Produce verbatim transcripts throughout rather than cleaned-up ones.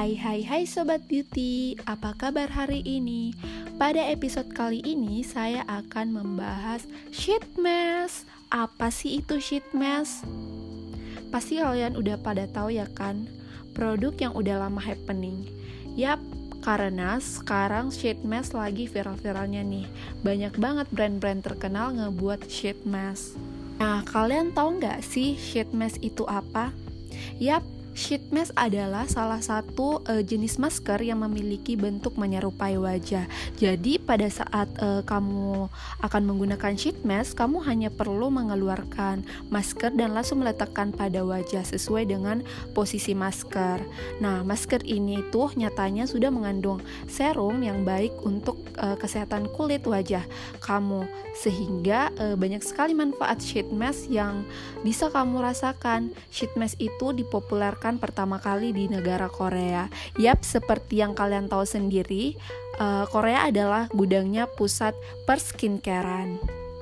Hai hai hai Sobat Beauty, apa kabar hari ini? Pada episode kali ini saya akan membahas sheet mask. Apa sih itu sheet mask? Pasti kalian udah pada tahu ya kan, produk yang udah lama happening. Yap, karena sekarang sheet mask lagi viral-viralnya nih. Banyak banget brand-brand terkenal ngebuat sheet mask. Nah, kalian tahu nggak sih sheet mask itu apa? Yap, sheet mask adalah salah satu uh, jenis masker yang memiliki bentuk menyerupai wajah. Jadi pada saat uh, kamu akan menggunakan sheet mask, kamu hanya perlu mengeluarkan masker dan langsung meletakkan pada wajah sesuai dengan posisi masker. Nah, masker ini tuh nyatanya sudah mengandung serum yang baik untuk uh, kesehatan kulit wajah kamu, sehingga uh, banyak sekali manfaat sheet mask yang bisa kamu rasakan. Sheet mask itu dipopulerkan pertama kali di negara Korea. Yap, seperti yang kalian tahu sendiri, uh, Korea adalah gudangnya pusat perskincarean.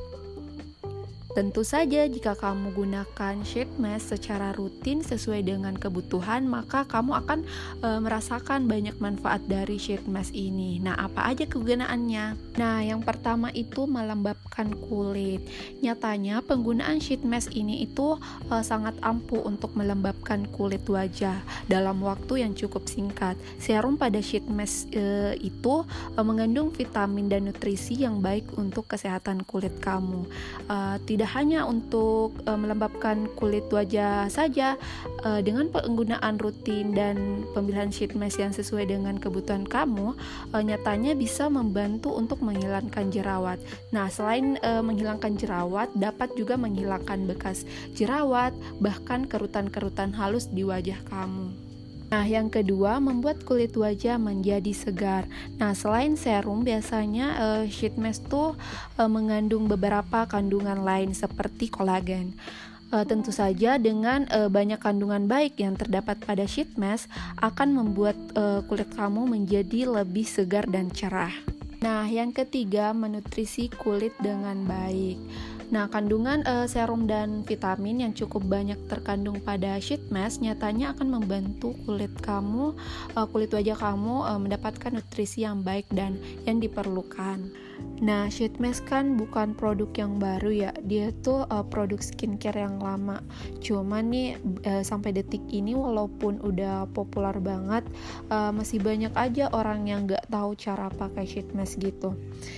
Tentu saja jika kamu gunakan sheet mask secara rutin sesuai dengan kebutuhan, maka kamu akan e, merasakan banyak manfaat dari sheet mask ini. Nah, apa aja kegunaannya? Nah, yang pertama itu melembabkan kulit. Nyatanya penggunaan sheet mask ini itu e, sangat ampuh untuk melembabkan kulit wajah dalam waktu yang cukup singkat. Serum pada sheet mask e, itu e, mengandung vitamin dan nutrisi yang baik untuk kesehatan kulit kamu. E, tidak Tidak hanya untuk e, melembabkan kulit wajah saja, e, dengan penggunaan rutin dan pemilihan sheet mask yang sesuai dengan kebutuhan kamu, e, nyatanya bisa membantu untuk menghilangkan jerawat. Nah, selain e, menghilangkan jerawat, dapat juga menghilangkan bekas jerawat, bahkan kerutan-kerutan halus di wajah kamu. Nah, yang kedua, membuat kulit wajah menjadi segar. Nah, selain serum, biasanya uh, sheet mask tuh uh, mengandung beberapa kandungan lain seperti kolagen. Uh, tentu saja dengan uh, banyak kandungan baik yang terdapat pada sheet mask akan membuat uh, kulit kamu menjadi lebih segar dan cerah. Nah, yang ketiga, menutrisi kulit dengan baik. Nah, kandungan e, serum dan vitamin yang cukup banyak terkandung pada sheet mask nyatanya akan membantu kulit kamu, e, kulit wajah kamu e, mendapatkan nutrisi yang baik dan yang diperlukan. Nah, sheet mask kan bukan produk yang baru ya, dia tuh e, produk skincare yang lama. Cuman nih e, sampai detik ini walaupun udah populer banget, e, masih banyak aja orang yang gak tahu cara pakai sheet mask gitu.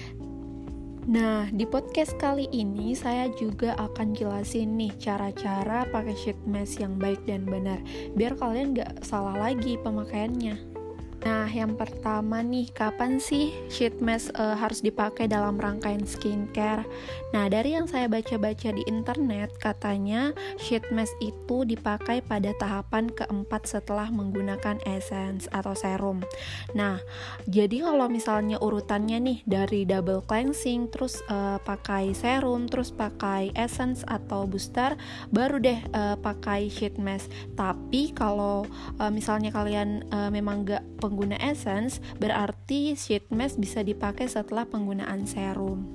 Nah, di podcast kali ini saya juga akan jelasin nih cara-cara pakai sheet mask yang baik dan benar, biar kalian gak salah lagi pemakaiannya. Nah, yang pertama nih, kapan sih sheet mask e, harus dipakai dalam rangkaian skincare? Nah, dari yang saya baca-baca di internet, katanya sheet mask itu dipakai pada tahapan keempat setelah menggunakan essence atau serum. Nah, jadi kalau misalnya urutannya nih dari double cleansing, terus e, pakai serum, terus pakai essence atau booster, baru deh e, pakai sheet mask. Tapi kalau e, misalnya kalian e, memang gak pengguna essence, berarti sheet mask bisa dipakai setelah penggunaan serum.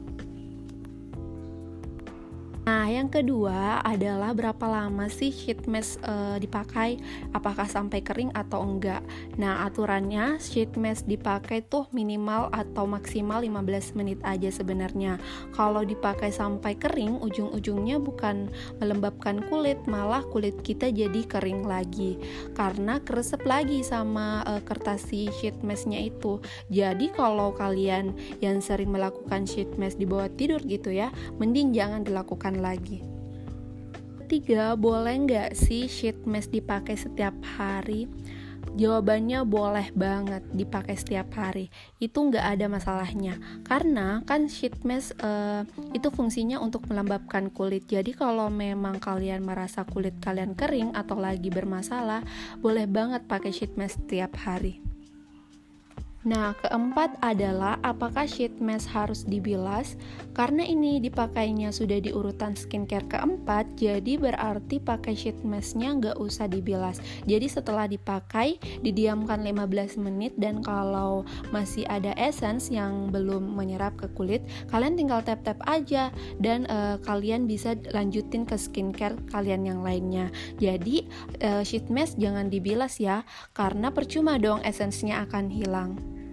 Nah, yang kedua adalah berapa lama sih sheet mask e, dipakai? Apakah sampai kering atau enggak? Nah, aturannya sheet mask dipakai tuh minimal atau maksimal lima belas menit aja sebenarnya. Kalau dipakai sampai kering, ujung-ujungnya bukan melembabkan kulit, malah kulit kita jadi kering lagi karena keresep lagi sama e, kertas si sheet masknya itu. Jadi kalau kalian yang sering melakukan sheet mask di bawah tidur gitu ya, mending jangan dilakukan lagi. Ketiga, boleh nggak sih sheet mask dipakai setiap hari? Jawabannya boleh banget dipakai setiap hari. Itu nggak ada masalahnya. Karena kan sheet mask uh, itu fungsinya untuk melembabkan kulit. Jadi kalau memang kalian merasa kulit kalian kering atau lagi bermasalah, boleh banget pakai sheet mask setiap hari. Nah, keempat adalah apakah sheet mask harus dibilas? Karena ini dipakainya sudah di urutan skincare keempat, jadi berarti pakai sheet masknya nggak usah dibilas. Jadi setelah dipakai, didiamkan lima belas menit, dan kalau masih ada essence yang belum menyerap ke kulit, kalian tinggal tap-tap aja, dan uh, kalian bisa lanjutin ke skincare kalian yang lainnya. Jadi uh, sheet mask jangan dibilas ya, karena percuma dong essence-nya akan hilang.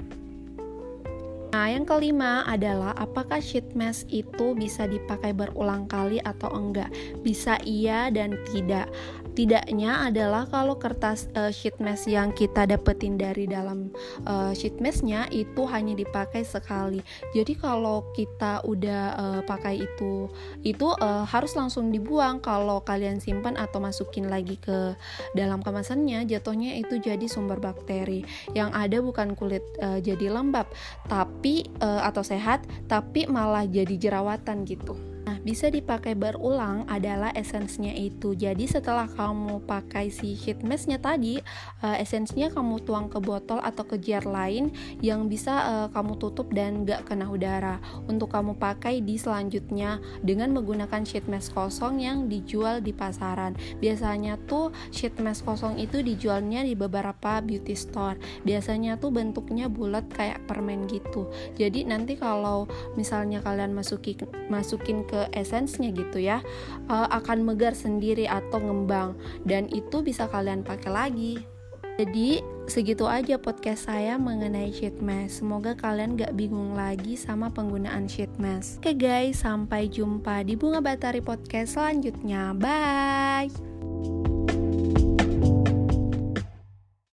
Nah, yang kelima adalah apakah sheet mask itu bisa dipakai berulang kali atau enggak? Bisa iya dan tidak. Tidaknya adalah kalau kertas uh, sheet mask yang kita dapetin dari dalam uh, sheet masknya itu hanya dipakai sekali. Jadi kalau kita udah uh, pakai itu, itu uh, harus langsung dibuang. Kalau kalian simpan atau masukin lagi ke dalam kemasannya, jatuhnya itu jadi sumber bakteri. Yang ada bukan kulit uh, jadi lembab, tapi uh, atau sehat, tapi malah jadi jerawatan gitu. Nah, bisa dipakai berulang adalah esensnya itu. Jadi setelah kamu pakai si sheet masknya tadi, uh, esensnya kamu tuang ke botol atau ke jar lain yang bisa uh, kamu tutup dan gak kena udara, untuk kamu pakai di selanjutnya dengan menggunakan sheet mask kosong yang dijual di pasaran. Biasanya tuh sheet mask kosong itu dijualnya di beberapa beauty store. Biasanya tuh bentuknya bulat kayak permen gitu. Jadi nanti kalau misalnya kalian masuki, masukin ke essence-nya gitu ya, uh, akan megar sendiri atau ngembang, dan itu bisa kalian pakai lagi. Jadi segitu aja podcast saya mengenai sheet mask. Semoga kalian gak bingung lagi sama penggunaan sheet mask. Oke guys, sampai jumpa di Bunga Batari Podcast selanjutnya. Bye.